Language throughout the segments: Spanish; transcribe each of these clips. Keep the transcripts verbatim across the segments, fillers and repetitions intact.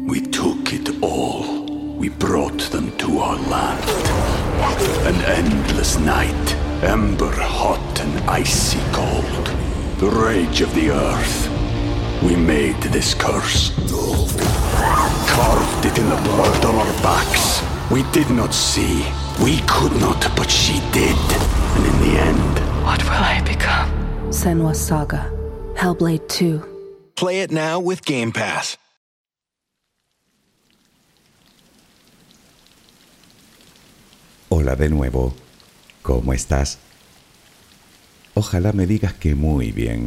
We took it all. We brought them to our land. An endless night, ember hot and icy cold. The rage of the earth. We made this curse. Carved it in the blood on our backs. We did not see. We could not, but she did. And in the end... What will I become? Senua's Saga. Hellblade two. Play it now with Game Pass. Hola de nuevo. ¿Cómo estás? Ojalá me digas que muy bien.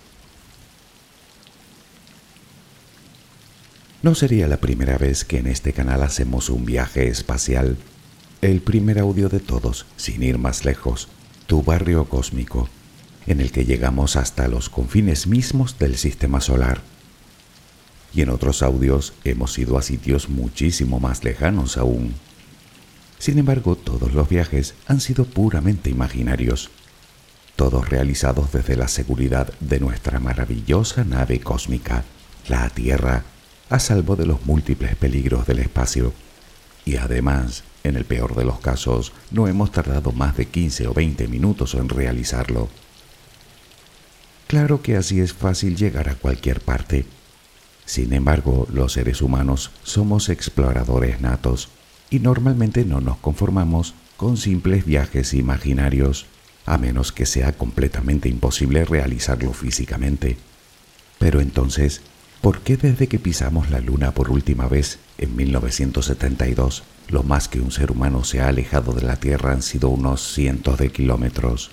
No sería la primera vez que en este canal hacemos un viaje espacial. El primer audio de todos, sin ir más lejos, Tu barrio cósmico, en el que llegamos hasta los confines mismos del sistema solar. Y en otros audios hemos ido a sitios muchísimo más lejanos aún. Sin embargo, todos los viajes han sido puramente imaginarios, todos realizados desde la seguridad de nuestra maravillosa nave cósmica, la Tierra, a salvo de los múltiples peligros del espacio. Y además, en el peor de los casos, no hemos tardado más de quince o veinte minutos en realizarlo. Claro que así es fácil llegar a cualquier parte. Sin embargo, los seres humanos somos exploradores natos y normalmente no nos conformamos con simples viajes imaginarios, a menos que sea completamente imposible realizarlo físicamente. Pero entonces, ¿por qué desde que pisamos la Luna por última vez, en mil novecientos setenta y dos, lo más que un ser humano se ha alejado de la Tierra han sido unos cientos de kilómetros?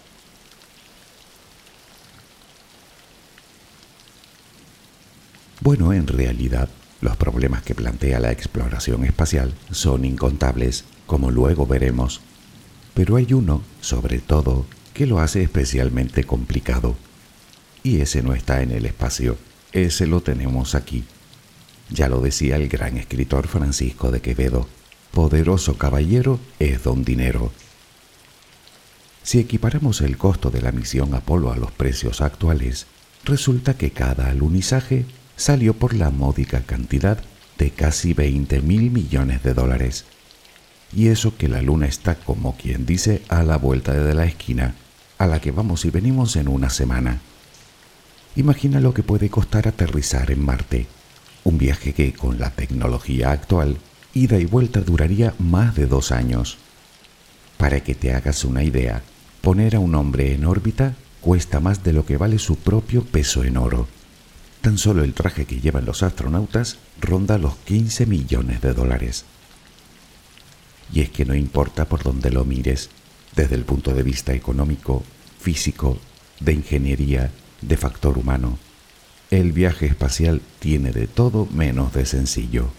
Bueno, en realidad, los problemas que plantea la exploración espacial son incontables, como luego veremos. Pero hay uno, sobre todo, que lo hace especialmente complicado. Y ese no está en el espacio, ese lo tenemos aquí. Ya lo decía el gran escritor Francisco de Quevedo: poderoso caballero es don dinero. Si equiparamos el costo de la misión Apolo a los precios actuales, resulta que cada alunizaje salió por la módica cantidad de casi veinte mil millones de dólares. Y eso que la Luna está, como quien dice, a la vuelta de la esquina, a la que vamos y venimos en una semana. Imagina lo que puede costar aterrizar en Marte, un viaje que, con la tecnología actual, ida y vuelta duraría más de dos años. Para que te hagas una idea, poner a un hombre en órbita cuesta más de lo que vale su propio peso en oro. Tan solo el traje que llevan los astronautas ronda los quince millones de dólares. Y es que no importa por dónde lo mires, desde el punto de vista económico, físico, de ingeniería, de factor humano, el viaje espacial tiene de todo menos de sencillo.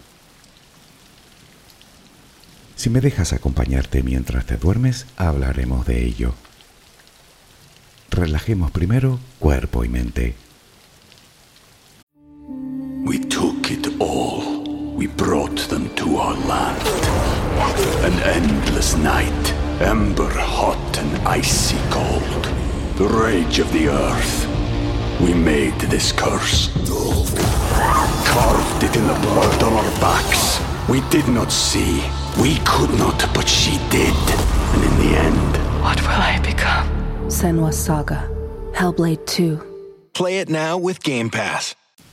Si me dejas acompañarte mientras te duermes, hablaremos de ello. Relajemos primero cuerpo y mente. We took it all. We brought them to our land. An endless night, ember hot and icy cold. The rage of the earth. We made this curse. Carved it in the blood on our backs. We did not see. We could not, but she did. And in the end... What will I become? Senua's Saga. Hellblade two. Play it now with Game Pass.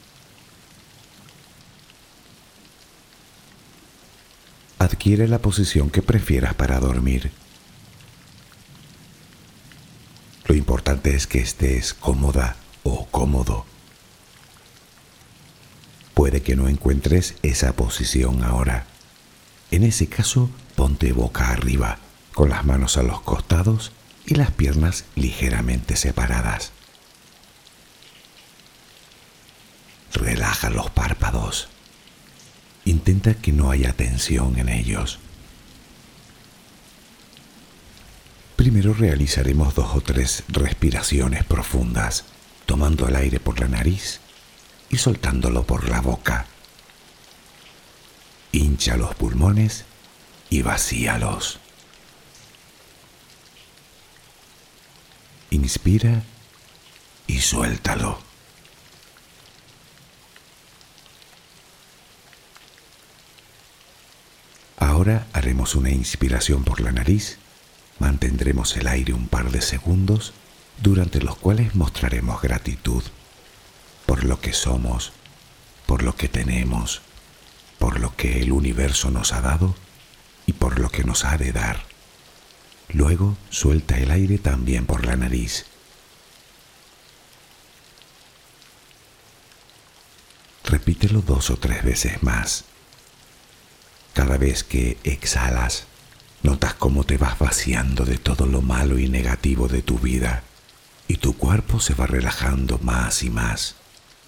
Adquiere la posición que prefieras para dormir. Lo importante es que estés cómoda o cómodo. Puede que no encuentres esa posición ahora. En ese caso, ponte boca arriba, con las manos a los costados y las piernas ligeramente separadas. Relaja los párpados. Intenta que no haya tensión en ellos. Primero realizaremos dos o tres respiraciones profundas, tomando el aire por la nariz y soltándolo por la boca. Hincha los pulmones y vacíalos. Inspira y suéltalo. Ahora haremos una inspiración por la nariz. Mantendremos el aire un par de segundos, durante los cuales mostraremos gratitud por lo que somos, por lo que tenemos, por lo que el universo nos ha dado y por lo que nos ha de dar. Luego suelta el aire también por la nariz. Repítelo dos o tres veces más. Cada vez que exhalas, notas cómo te vas vaciando de todo lo malo y negativo de tu vida y tu cuerpo se va relajando más y más.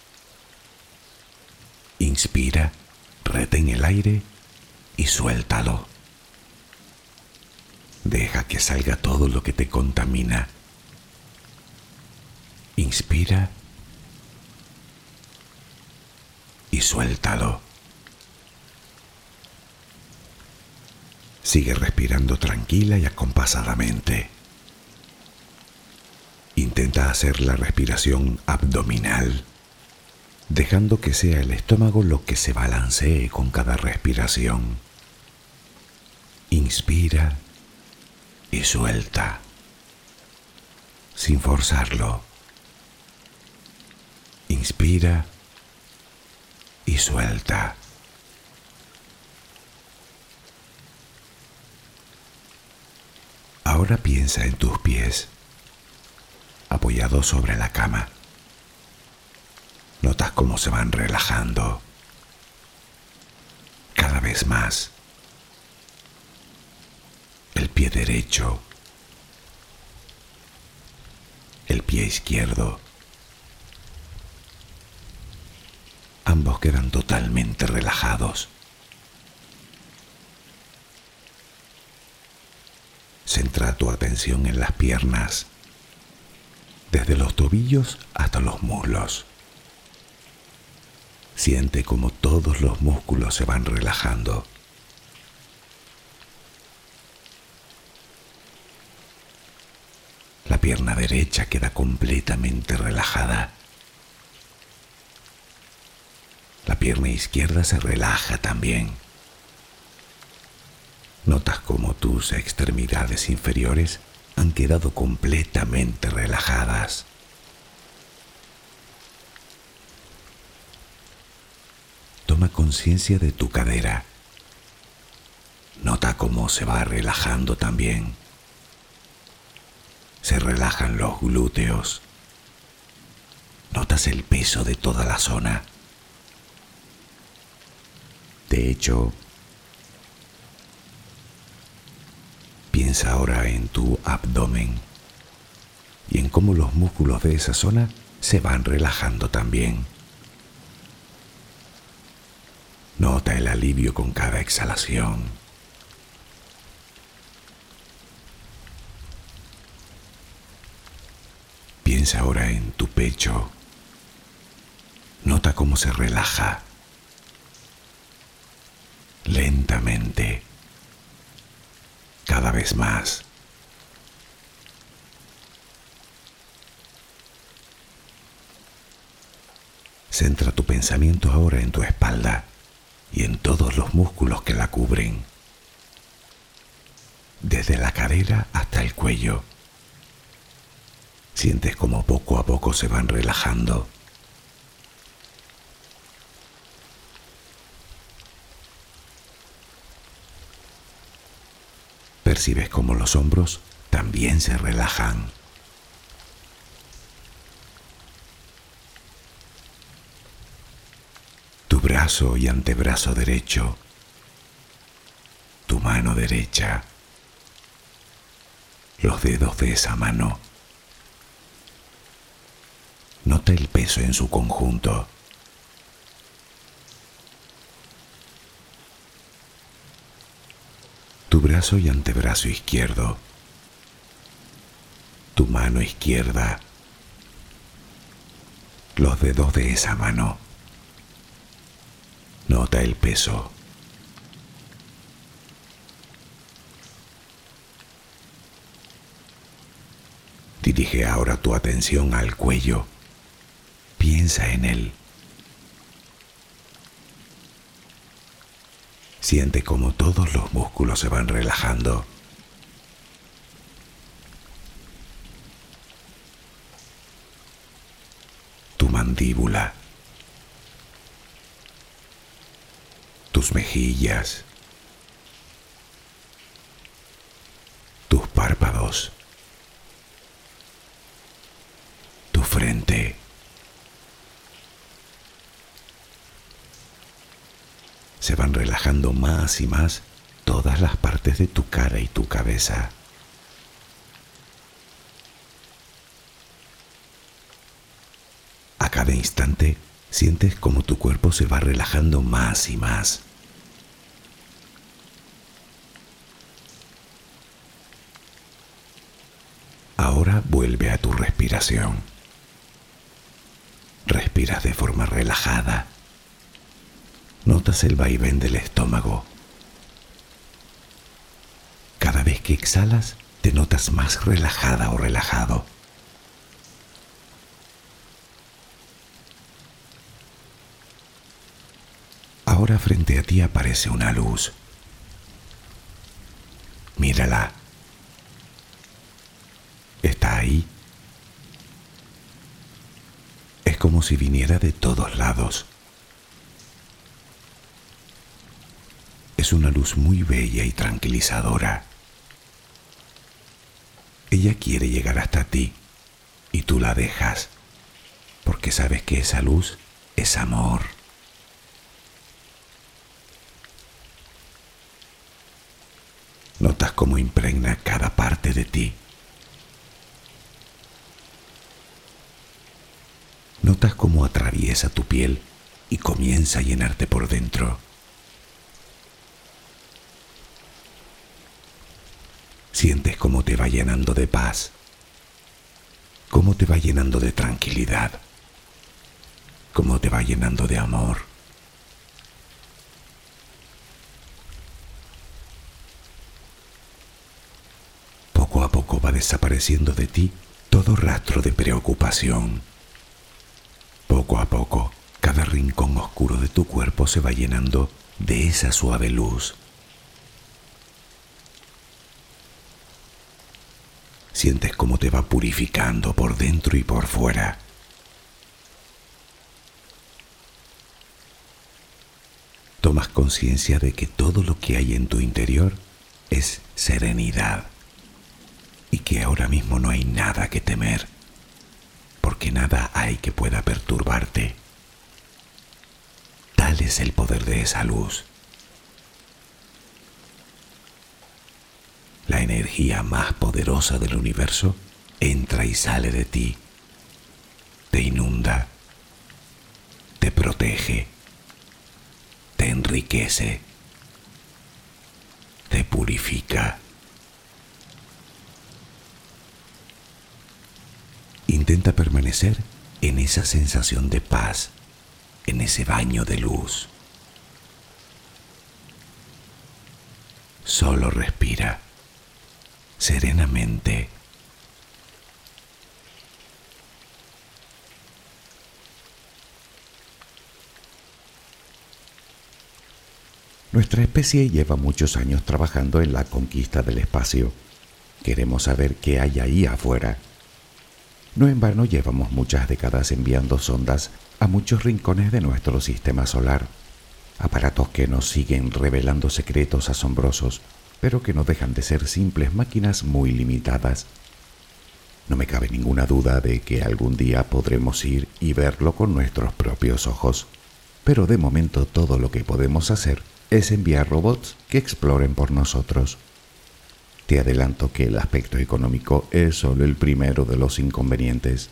Inspira, retén el aire y suéltalo. Deja que salga todo lo que te contamina. Inspira y suéltalo. Sigue respirando tranquila y acompasadamente. Intenta hacer la respiración abdominal, dejando que sea el estómago lo que se balancee con cada respiración. Inspira y suelta, sin forzarlo. Inspira y suelta. Ahora piensa en tus pies, apoyados sobre la cama. Notas cómo se van relajando cada vez más. El pie derecho, el pie izquierdo. Ambos quedan totalmente relajados. Centra tu atención en las piernas, desde los tobillos hasta los muslos. Siente cómo todos los músculos se van relajando. La pierna derecha queda completamente relajada. La pierna izquierda se relaja también. Notas cómo tus extremidades inferiores han quedado completamente relajadas. Toma conciencia de tu cadera. Nota cómo se va relajando también. Se relajan los glúteos. Notas el peso de toda la zona. De hecho, piensa ahora en tu abdomen y en cómo los músculos de esa zona se van relajando también. Nota el alivio con cada exhalación. Piensa ahora en tu pecho. Nota cómo se relaja. Lentamente. Cada vez más. Centra tu pensamiento ahora en tu espalda y en todos los músculos que la cubren, desde la cadera hasta el cuello. Sientes como poco a poco se van relajando. Percibes como los hombros también se relajan. Tu brazo y antebrazo derecho, tu mano derecha, los dedos de esa mano. Nota el peso en su conjunto. Tu brazo y antebrazo izquierdo, tu mano izquierda, los dedos de esa mano. Nota el peso. Dirige ahora tu atención al cuello. Piensa en él. Siente cómo todos los músculos se van relajando. Tu mandíbula, tus mejillas, tus párpados, tu frente. Se van relajando más y más todas las partes de tu cara y tu cabeza. A cada instante sientes como tu cuerpo se va relajando más y más. Ahora vuelve a tu respiración. Respiras de forma relajada. Notas el vaivén del estómago. Cada vez que exhalas, te notas más relajada o relajado. Ahora frente a ti aparece una luz. Mírala. Está ahí. Es como si viniera de todos lados. Es una luz muy bella y tranquilizadora. Ella quiere llegar hasta ti y tú la dejas, porque sabes que esa luz es amor. Notas cómo impregna cada parte de ti. Notas cómo atraviesa tu piel y comienza a llenarte por dentro. Sientes cómo te va llenando de paz, cómo te va llenando de tranquilidad, cómo te va llenando de amor. Poco a poco va desapareciendo de ti todo rastro de preocupación. Poco a poco, cada rincón oscuro de tu cuerpo se va llenando de esa suave luz. Sientes cómo te va purificando por dentro y por fuera. Tomas conciencia de que todo lo que hay en tu interior es serenidad y que ahora mismo no hay nada que temer, porque nada hay que pueda perturbarte. Tal es el poder de esa luz. La energía más poderosa del universo entra y sale de ti, te inunda, te protege, te enriquece, te purifica. Intenta permanecer en esa sensación de paz, en ese baño de luz. Solo respira serenamente. Nuestra especie lleva muchos años trabajando en la conquista del espacio. Queremos saber qué hay ahí afuera. No en vano llevamos muchas décadas enviando sondas a muchos rincones de nuestro sistema solar, aparatos que nos siguen revelando secretos asombrosos, pero que no dejan de ser simples máquinas muy limitadas. No me cabe ninguna duda de que algún día podremos ir y verlo con nuestros propios ojos, pero de momento todo lo que podemos hacer es enviar robots que exploren por nosotros. Te adelanto que el aspecto económico es solo el primero de los inconvenientes.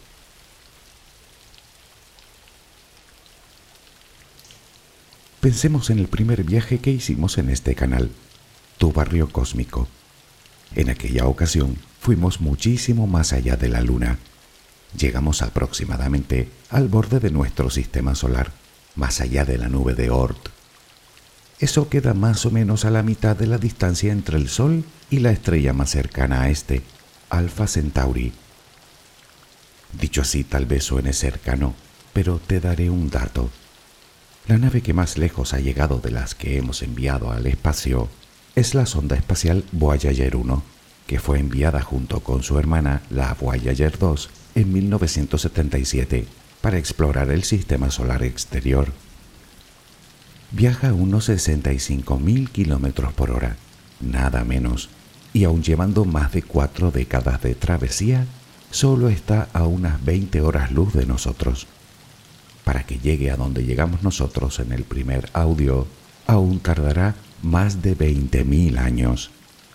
Pensemos en el primer viaje que hicimos en este canal, Tu Barrio Cósmico. En aquella ocasión fuimos muchísimo más allá de la Luna. Llegamos aproximadamente al borde de nuestro sistema solar, más allá de la nube de Oort. Eso queda más o menos a la mitad de la distancia entre el Sol y la estrella más cercana a este, Alpha Centauri. Dicho así tal vez suene cercano, pero te daré un dato. La nave que más lejos ha llegado de las que hemos enviado al espacio es la sonda espacial Voyager uno, que fue enviada junto con su hermana, la Voyager dos, en mil novecientos setenta y siete para explorar el sistema solar exterior. Viaja a unos sesenta y cinco mil kilómetros por hora, nada menos, y aun llevando más de cuatro décadas de travesía, solo está a unas veinte horas luz de nosotros. Para que llegue a donde llegamos nosotros en el primer audio, aún tardará más de veinte mil años.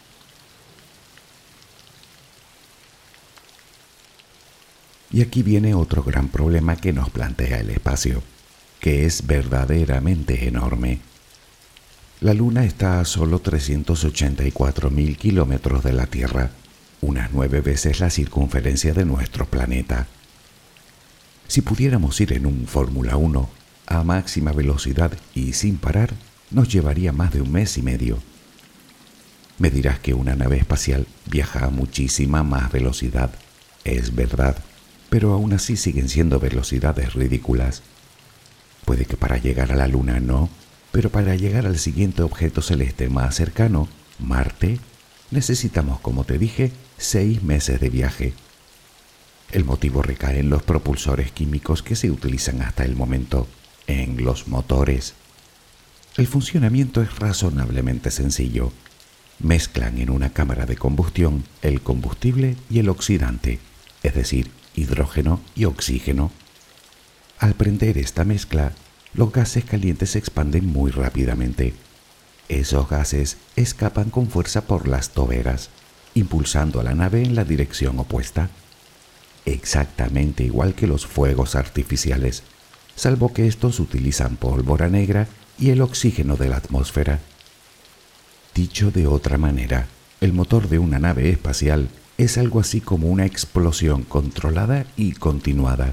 Y aquí viene otro gran problema que nos plantea el espacio, que es verdaderamente enorme. La Luna está a solo trescientos ochenta y cuatro mil kilómetros de la Tierra, unas nueve veces la circunferencia de nuestro planeta. Si pudiéramos ir en un Fórmula uno a máxima velocidad y sin parar, nos llevaría más de un mes y medio. Me dirás que una nave espacial viaja a muchísima más velocidad. Es verdad, pero aún así siguen siendo velocidades ridículas. Puede que para llegar a la Luna no, pero para llegar al siguiente objeto celeste más cercano, Marte, necesitamos, como te dije, seis meses de viaje. El motivo recae en los propulsores químicos que se utilizan hasta el momento, en los motores. El funcionamiento es razonablemente sencillo. Mezclan en una cámara de combustión el combustible y el oxidante, es decir, hidrógeno y oxígeno. Al prender esta mezcla, los gases calientes se expanden muy rápidamente. Esos gases escapan con fuerza por las toberas, impulsando a la nave en la dirección opuesta. Exactamente igual que los fuegos artificiales, salvo que estos utilizan pólvora negra y el oxígeno de la atmósfera. Dicho de otra manera, el motor de una nave espacial es algo así como una explosión controlada y continuada.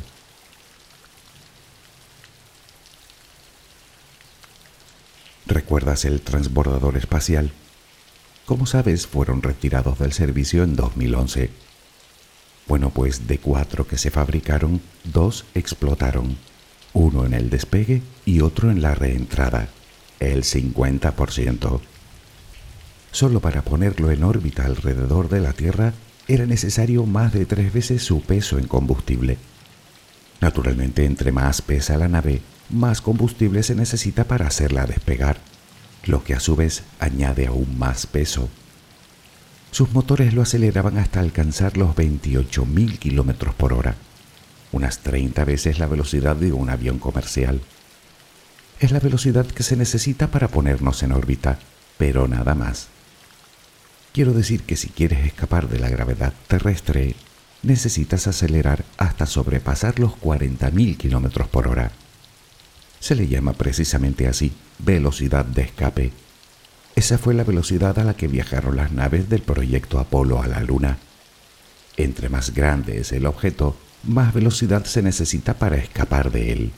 ¿Recuerdas el transbordador espacial? Como sabes, fueron retirados del servicio en dos mil once. Bueno, pues de cuatro que se fabricaron, dos explotaron, uno en el despegue y otro en la reentrada, el cincuenta por ciento. Solo para ponerlo en órbita alrededor de la Tierra era necesario más de tres veces su peso en combustible. Naturalmente, entre más pesa la nave, más combustible se necesita para hacerla despegar, lo que a su vez añade aún más peso. Sus motores lo aceleraban hasta alcanzar los veintiocho mil kilómetros por hora, unas treinta veces la velocidad de un avión comercial. Es la velocidad que se necesita para ponernos en órbita, pero nada más. Quiero decir que si quieres escapar de la gravedad terrestre, necesitas acelerar hasta sobrepasar los cuarenta mil kilómetros por hora. Se le llama precisamente así, velocidad de escape. Esa fue la velocidad a la que viajaron las naves del proyecto Apolo a la Luna. Entre más grande es el objeto, más velocidad se necesita para escapar de él.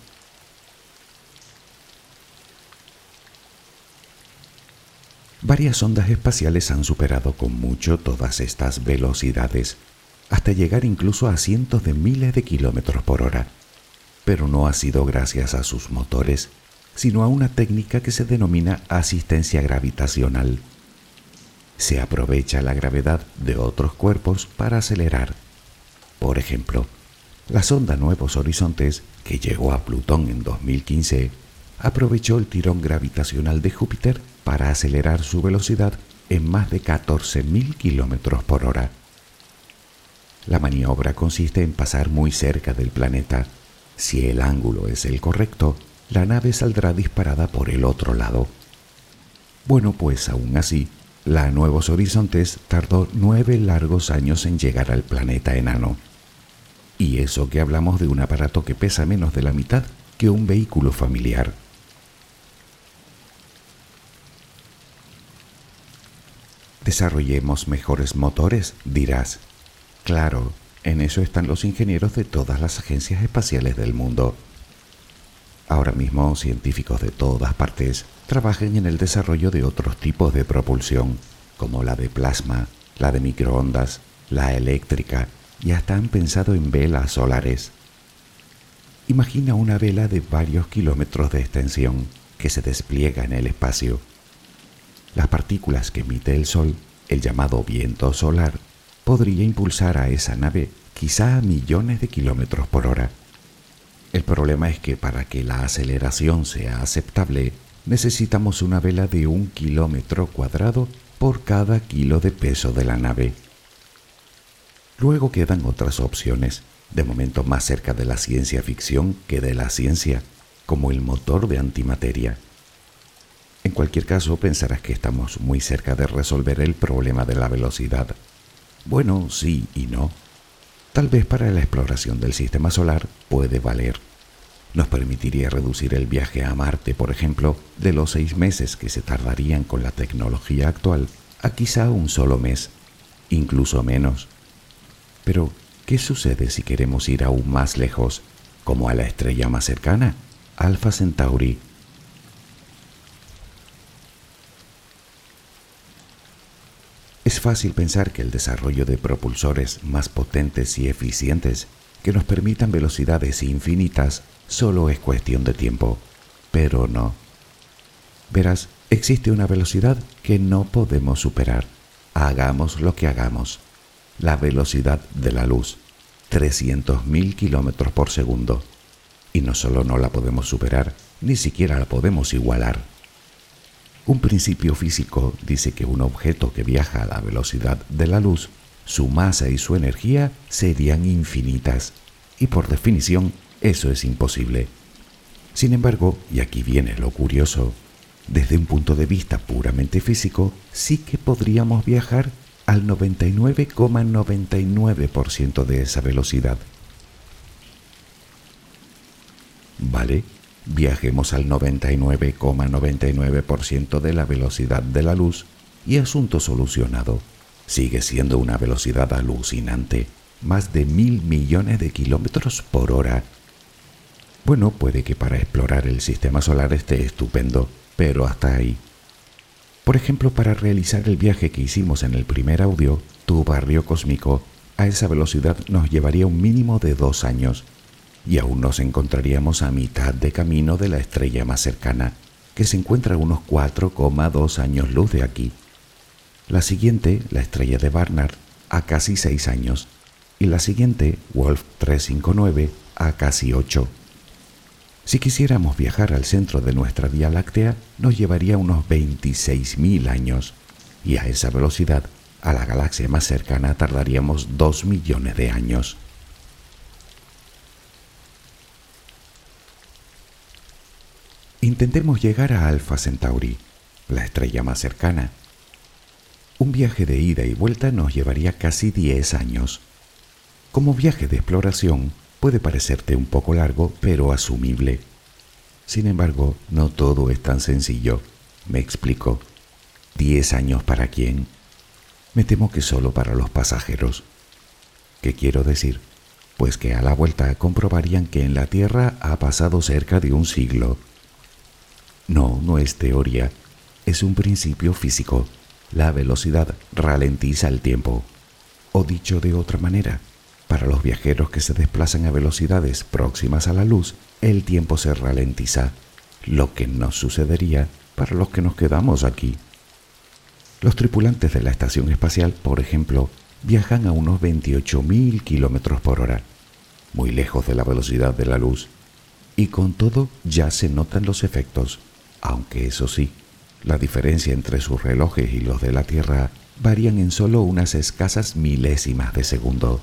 Varias sondas espaciales han superado con mucho todas estas velocidades, hasta llegar incluso a cientos de miles de kilómetros por hora. Pero no ha sido gracias a sus motores, sino a una técnica que se denomina asistencia gravitacional. Se aprovecha la gravedad de otros cuerpos para acelerar. Por ejemplo, la sonda Nuevos Horizontes, que llegó a Plutón en dos mil quince, aprovechó el tirón gravitacional de Júpiter para acelerar su velocidad en más de catorce mil kilómetros por hora. La maniobra consiste en pasar muy cerca del planeta. Si el ángulo es el correcto, la nave saldrá disparada por el otro lado. Bueno, pues aún así, la Nuevos Horizontes tardó nueve largos años en llegar al planeta enano. Y eso que hablamos de un aparato que pesa menos de la mitad que un vehículo familiar. Desarrollemos mejores motores, dirás. Claro, en eso están los ingenieros de todas las agencias espaciales del mundo. Ahora mismo, científicos de todas partes trabajan en el desarrollo de otros tipos de propulsión, como la de plasma, la de microondas, la eléctrica, y hasta han pensado en velas solares. Imagina una vela de varios kilómetros de extensión que se despliega en el espacio. Las partículas que emite el Sol, el llamado viento solar, podría impulsar a esa nave quizá a millones de kilómetros por hora. El problema es que para que la aceleración sea aceptable, necesitamos una vela de un kilómetro cuadrado por cada kilo de peso de la nave. Luego quedan otras opciones, de momento más cerca de la ciencia ficción que de la ciencia, como el motor de antimateria. En cualquier caso, pensarás que estamos muy cerca de resolver el problema de la velocidad. Bueno, sí y no. Tal vez para la exploración del sistema solar puede valer. Nos permitiría reducir el viaje a Marte, por ejemplo, de los seis meses que se tardarían con la tecnología actual a quizá un solo mes, incluso menos. Pero, ¿qué sucede si queremos ir aún más lejos, como a la estrella más cercana, Alpha Centauri? Es fácil pensar que el desarrollo de propulsores más potentes y eficientes que nos permitan velocidades infinitas solo es cuestión de tiempo, pero no. Verás, existe una velocidad que no podemos superar, hagamos lo que hagamos. La velocidad de la luz, trescientos mil kilómetros por segundo. Y no solo no la podemos superar, ni siquiera la podemos igualar. Un principio físico dice que un objeto que viaja a la velocidad de la luz, su masa y su energía serían infinitas, y por definición eso es imposible. Sin embargo, y aquí viene lo curioso, desde un punto de vista puramente físico, sí que podríamos viajar al noventa y nueve coma noventa y nueve por ciento de esa velocidad. ¿Vale? Viajemos al noventa y nueve coma noventa y nueve por ciento de la velocidad de la luz y asunto solucionado. Sigue siendo una velocidad alucinante, más de mil millones de kilómetros por hora. Bueno, puede que para explorar el sistema solar esté estupendo, pero hasta ahí. Por ejemplo, para realizar el viaje que hicimos en el primer audio, Tu barrio cósmico, a esa velocidad nos llevaría un mínimo de dos años, y aún nos encontraríamos a mitad de camino de la estrella más cercana, que se encuentra a unos cuatro coma dos años luz de aquí. La siguiente, la estrella de Barnard, a casi seis años, y la siguiente, Wolf trescientos cincuenta y nueve, a casi ocho. Si quisiéramos viajar al centro de nuestra Vía Láctea, nos llevaría unos veintiséis mil años, y a esa velocidad, a la galaxia más cercana tardaríamos dos millones de años. Intentemos llegar a Alpha Centauri, la estrella más cercana. Un viaje de ida y vuelta nos llevaría casi diez años. Como viaje de exploración, puede parecerte un poco largo, pero asumible. Sin embargo, no todo es tan sencillo. Me explico. ¿Diez años para quién? Me temo que solo para los pasajeros. ¿Qué quiero decir? Pues que a la vuelta comprobarían que en la Tierra ha pasado cerca de un siglo. No, no es teoría, es un principio físico. La velocidad ralentiza el tiempo. O dicho de otra manera, para los viajeros que se desplazan a velocidades próximas a la luz, el tiempo se ralentiza, lo que no sucedería para los que nos quedamos aquí. Los tripulantes de la estación espacial, por ejemplo, viajan a unos veintiocho mil kilómetros por hora, muy lejos de la velocidad de la luz, y con todo ya se notan los efectos. Aunque eso sí, la diferencia entre sus relojes y los de la Tierra varían en solo unas escasas milésimas de segundo.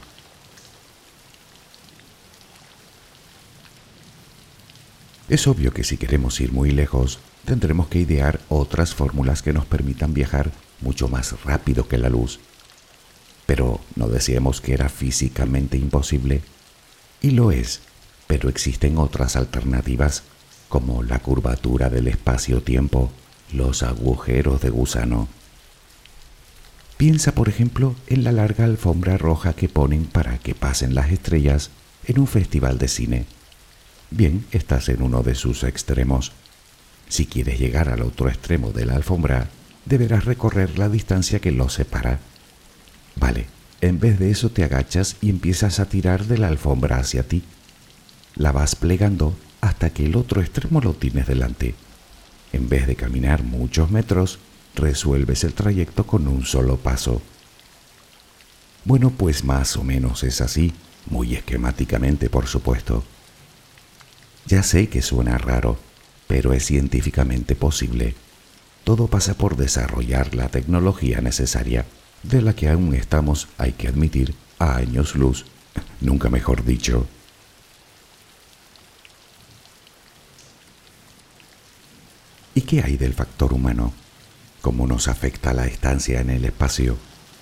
Es obvio que si queremos ir muy lejos, tendremos que idear otras fórmulas que nos permitan viajar mucho más rápido que la luz. Pero no decíamos que era físicamente imposible. Y lo es, pero existen otras alternativas, como la curvatura del espacio-tiempo, los agujeros de gusano. Piensa, por ejemplo, en la larga alfombra roja que ponen para que pasen las estrellas en un festival de cine. Bien, estás en uno de sus extremos. Si quieres llegar al otro extremo de la alfombra, deberás recorrer la distancia que los separa. Vale, en vez de eso te agachas y empiezas a tirar de la alfombra hacia ti. la vas plegando hasta que el otro extremo lo tienes delante. En vez de caminar muchos metros, resuelves el trayecto con un solo paso. Bueno, pues más o menos es así, muy esquemáticamente, por supuesto. Ya sé que suena raro, pero es científicamente posible. Todo pasa por desarrollar la tecnología necesaria, de la que aún estamos, hay que admitir, a años luz, nunca mejor dicho. ¿Y qué hay del factor humano? ¿Cómo nos afecta la estancia en el espacio?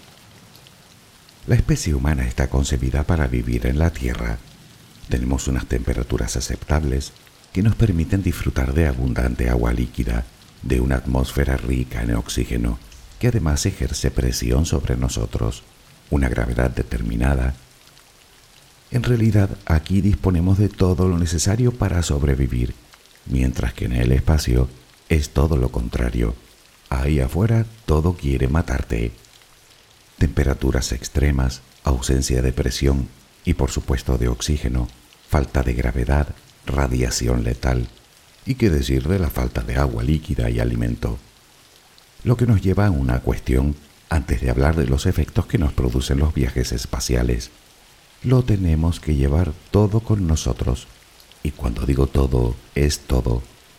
La especie humana está concebida para vivir en la Tierra. Tenemos unas temperaturas aceptables que nos permiten disfrutar de abundante agua líquida, de una atmósfera rica en oxígeno, que además ejerce presión sobre nosotros, una gravedad determinada. En realidad, aquí disponemos de todo lo necesario para sobrevivir, mientras que en el espacio es todo lo contrario. Ahí afuera todo quiere matarte. Temperaturas extremas, ausencia de presión y por supuesto de oxígeno, falta de gravedad, radiación letal, y qué decir de la falta de agua líquida y alimento. Lo que nos lleva a una cuestión antes de hablar de los efectos que nos producen los viajes espaciales. Lo tenemos que llevar todo con nosotros, y cuando digo todo, es todo.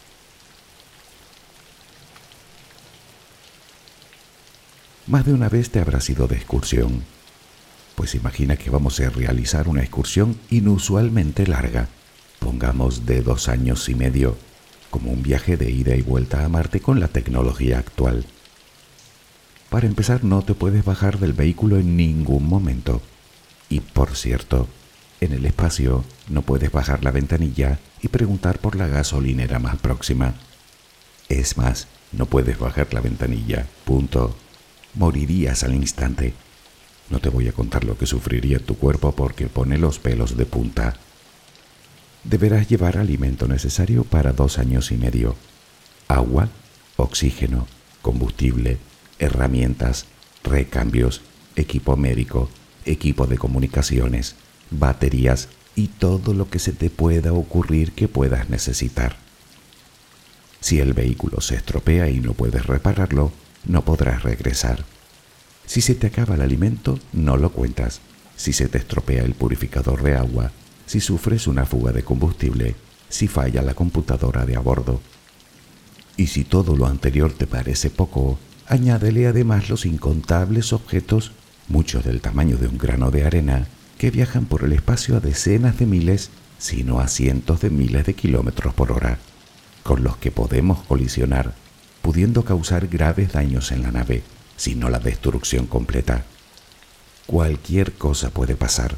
Más de una vez te habrás ido de excursión. Pues imagina que vamos a realizar una excursión inusualmente larga, pongamos de dos años y medio, como un viaje de ida y vuelta a Marte con la tecnología actual. Para empezar, no te puedes bajar del vehículo en ningún momento. Y por cierto, en el espacio no puedes bajar la ventanilla y preguntar por la gasolinera más próxima. Es más, no puedes bajar la ventanilla, punto. Morirías al instante. No te voy a contar lo que sufriría tu cuerpo porque pone los pelos de punta. Deberás llevar alimento necesario para dos años y medio. Agua, oxígeno, combustible, herramientas, recambios, equipo médico, equipo de comunicaciones, baterías y todo lo que se te pueda ocurrir que puedas necesitar. Si el vehículo se estropea y no puedes repararlo, no podrás regresar. Si se te acaba el alimento, no lo cuentas. Si se te estropea el purificador de agua, si sufres una fuga de combustible, si falla la computadora de a bordo. Y si todo lo anterior te parece poco, añádele además los incontables objetos, muchos del tamaño de un grano de arena, que viajan por el espacio a decenas de miles, si no a cientos de miles de kilómetros por hora, con los que podemos colisionar, pudiendo causar graves daños en la nave, si no la destrucción completa. Cualquier cosa puede pasar.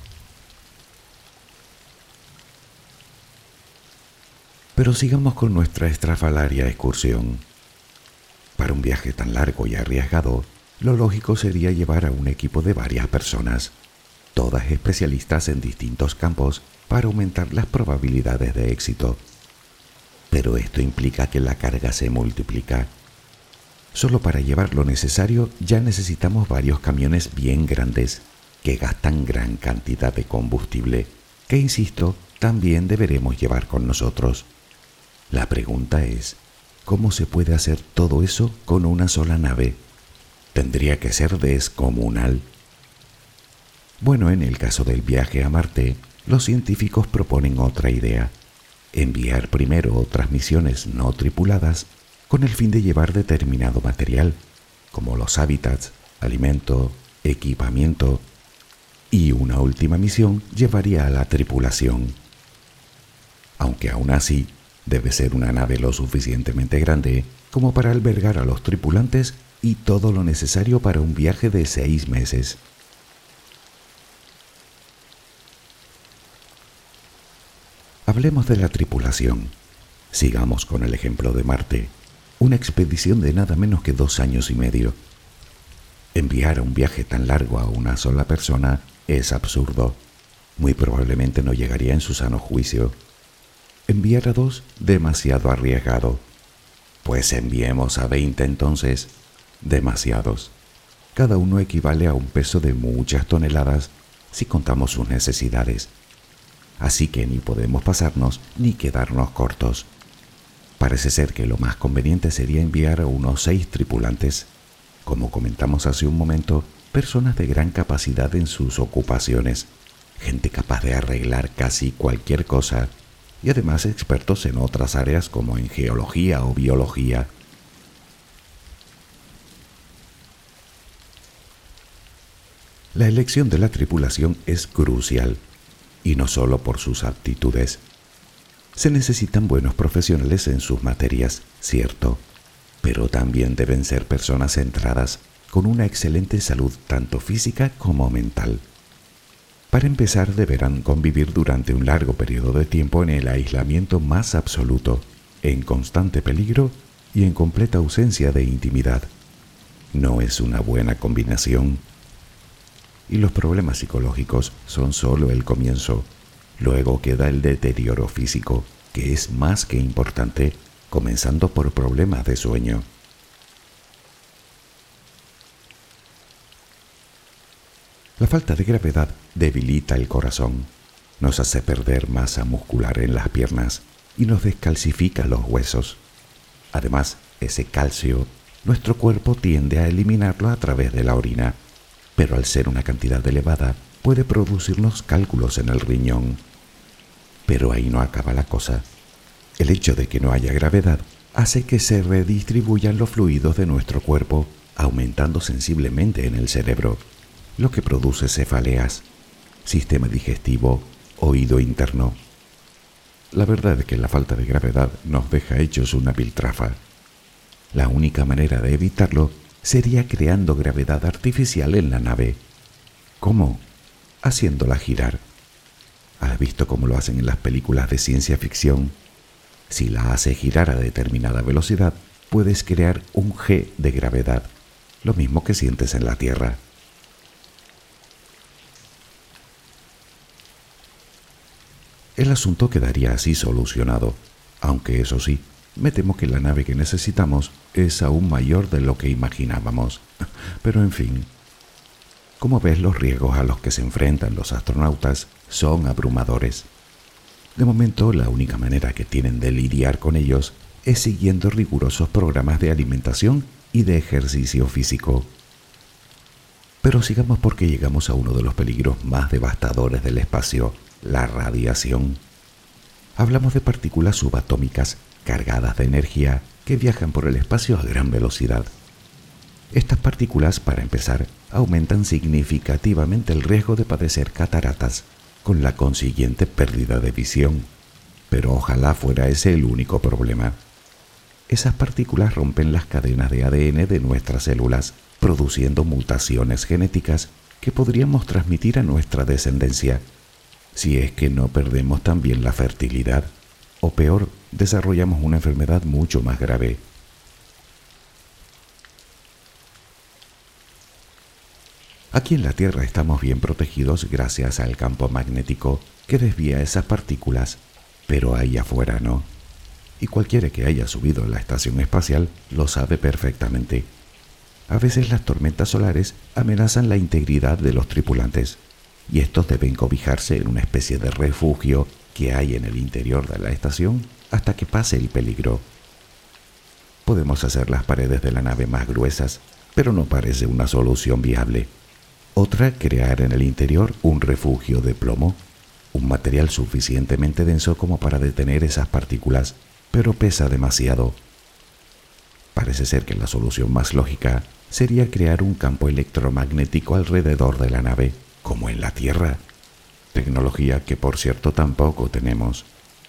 Pero sigamos con nuestra estrafalaria excursión. Para un viaje tan largo y arriesgado, lo lógico sería llevar a un equipo de varias personas, todas especialistas en distintos campos, para aumentar las probabilidades de éxito. Pero esto implica que la carga se multiplica. Solo para llevar lo necesario ya necesitamos varios camiones bien grandes que gastan gran cantidad de combustible, que, insisto, también deberemos llevar con nosotros. La pregunta es, ¿cómo se puede hacer todo eso con una sola nave? Tendría que ser descomunal. Bueno, en el caso del viaje a Marte, los científicos proponen otra idea: enviar primero otras misiones no tripuladas con el fin de llevar determinado material, como los hábitats, alimento, equipamiento, y una última misión llevaría a la tripulación. Aunque aún así, debe ser una nave lo suficientemente grande como para albergar a los tripulantes y todo lo necesario para un viaje de seis meses. Hablemos de la tripulación. Sigamos con el ejemplo de Marte, una expedición de nada menos que dos años y medio. Enviar a un viaje tan largo a una sola persona es absurdo. Muy probablemente no llegaría en su sano juicio. Enviar a dos, demasiado arriesgado. Pues enviemos a veinte entonces, demasiados. Cada uno equivale a un peso de muchas toneladas si contamos sus necesidades. así que ni podemos pasarnos ni quedarnos cortos. Parece ser que lo más conveniente sería enviar a unos seis tripulantes. Como comentamos hace un momento, personas de gran capacidad en sus ocupaciones, gente capaz de arreglar casi cualquier cosa y además expertos en otras áreas como en geología o biología. La elección de la tripulación es crucial, y no solo por sus aptitudes. Se necesitan buenos profesionales en sus materias, cierto, pero también deben ser personas centradas, con una excelente salud tanto física como mental. Para empezar, deberán convivir durante un largo periodo de tiempo en el aislamiento más absoluto, en constante peligro y en completa ausencia de intimidad. No es una buena combinación. Y los problemas psicológicos son solo el comienzo. Luego queda el deterioro físico, que es más que importante, comenzando por problemas de sueño. La falta de gravedad debilita el corazón, nos hace perder masa muscular en las piernas y nos descalcifica los huesos. Además, ese calcio, nuestro cuerpo tiende a eliminarlo a través de la orina, pero al ser una cantidad elevada, puede producirnos cálculos en el riñón. Pero ahí no acaba la cosa. El hecho de que no haya gravedad hace que se redistribuyan los fluidos de nuestro cuerpo, aumentando sensiblemente en el cerebro, lo que produce cefaleas, sistema digestivo, oído interno. La verdad es que la falta de gravedad nos deja hechos una piltrafa. La única manera de evitarlo sería creando gravedad artificial en la nave. ¿Cómo? Haciéndola girar. ¿Has visto cómo lo hacen en las películas de ciencia ficción? Si la haces girar a determinada velocidad, puedes crear un G de gravedad, lo mismo que sientes en la Tierra. El asunto quedaría así solucionado, aunque eso sí, me temo que la nave que necesitamos es aún mayor de lo que imaginábamos. Pero en fin, como ves, los riesgos a los que se enfrentan los astronautas son abrumadores. De momento, la única manera que tienen de lidiar con ellos es siguiendo rigurosos programas de alimentación y de ejercicio físico. Pero sigamos porque llegamos a uno de los peligros más devastadores del espacio, la radiación. Hablamos de partículas subatómicas cargadas de energía que viajan por el espacio a gran velocidad. Estas partículas, para empezar, aumentan significativamente el riesgo de padecer cataratas, con la consiguiente pérdida de visión. Pero ojalá fuera ese el único problema. Esas partículas rompen las cadenas de A D N de nuestras células, produciendo mutaciones genéticas que podríamos transmitir a nuestra descendencia, si es que no perdemos también la fertilidad, o peor, desarrollamos una enfermedad mucho más grave. Aquí en la Tierra estamos bien protegidos gracias al campo magnético que desvía esas partículas, pero ahí afuera no. Y cualquiera que haya subido a la estación espacial lo sabe perfectamente. A veces las tormentas solares amenazan la integridad de los tripulantes, y estos deben cobijarse en una especie de refugio que hay en el interior de la estación hasta que pase el peligro. Podemos hacer las paredes de la nave más gruesas, pero no parece una solución viable. Otra, crear en el interior un refugio de plomo, un material suficientemente denso como para detener esas partículas, pero pesa demasiado. Parece ser que la solución más lógica sería crear un campo electromagnético alrededor de la nave, como en la Tierra, tecnología que por cierto tampoco tenemos.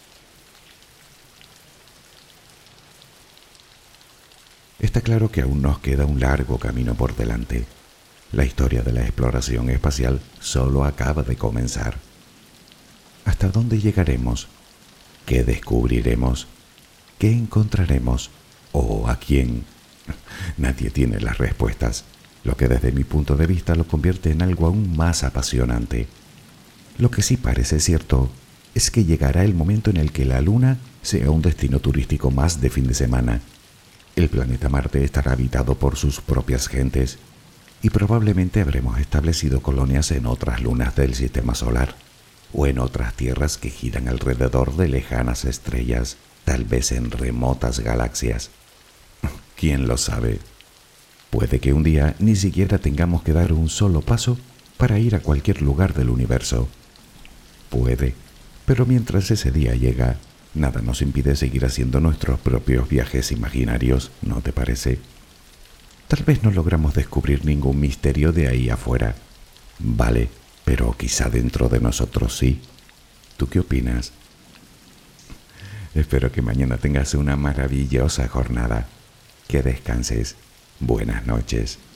Está claro que aún nos queda un largo camino por delante. La historia de la exploración espacial solo acaba de comenzar. ¿Hasta dónde llegaremos? ¿Qué descubriremos? ¿Qué encontraremos? ¿O a quién? Nadie tiene las respuestas, lo que desde mi punto de vista lo convierte en algo aún más apasionante. Lo que sí parece cierto es que llegará el momento en el que la Luna sea un destino turístico más de fin de semana. El planeta Marte estará habitado por sus propias gentes y probablemente habremos establecido colonias en otras lunas del sistema solar. o en otras tierras que giran alrededor de lejanas estrellas, tal vez en remotas galaxias. ¿Quién lo sabe? Puede que un día ni siquiera tengamos que dar un solo paso para ir a cualquier lugar del universo. Puede, pero mientras ese día llega, nada nos impide seguir haciendo nuestros propios viajes imaginarios, ¿no te parece? Tal vez no logramos descubrir ningún misterio de ahí afuera. Vale, pero quizá dentro de nosotros sí. ¿Tú qué opinas? Espero que mañana tengas una maravillosa jornada. Que descanses. Buenas noches.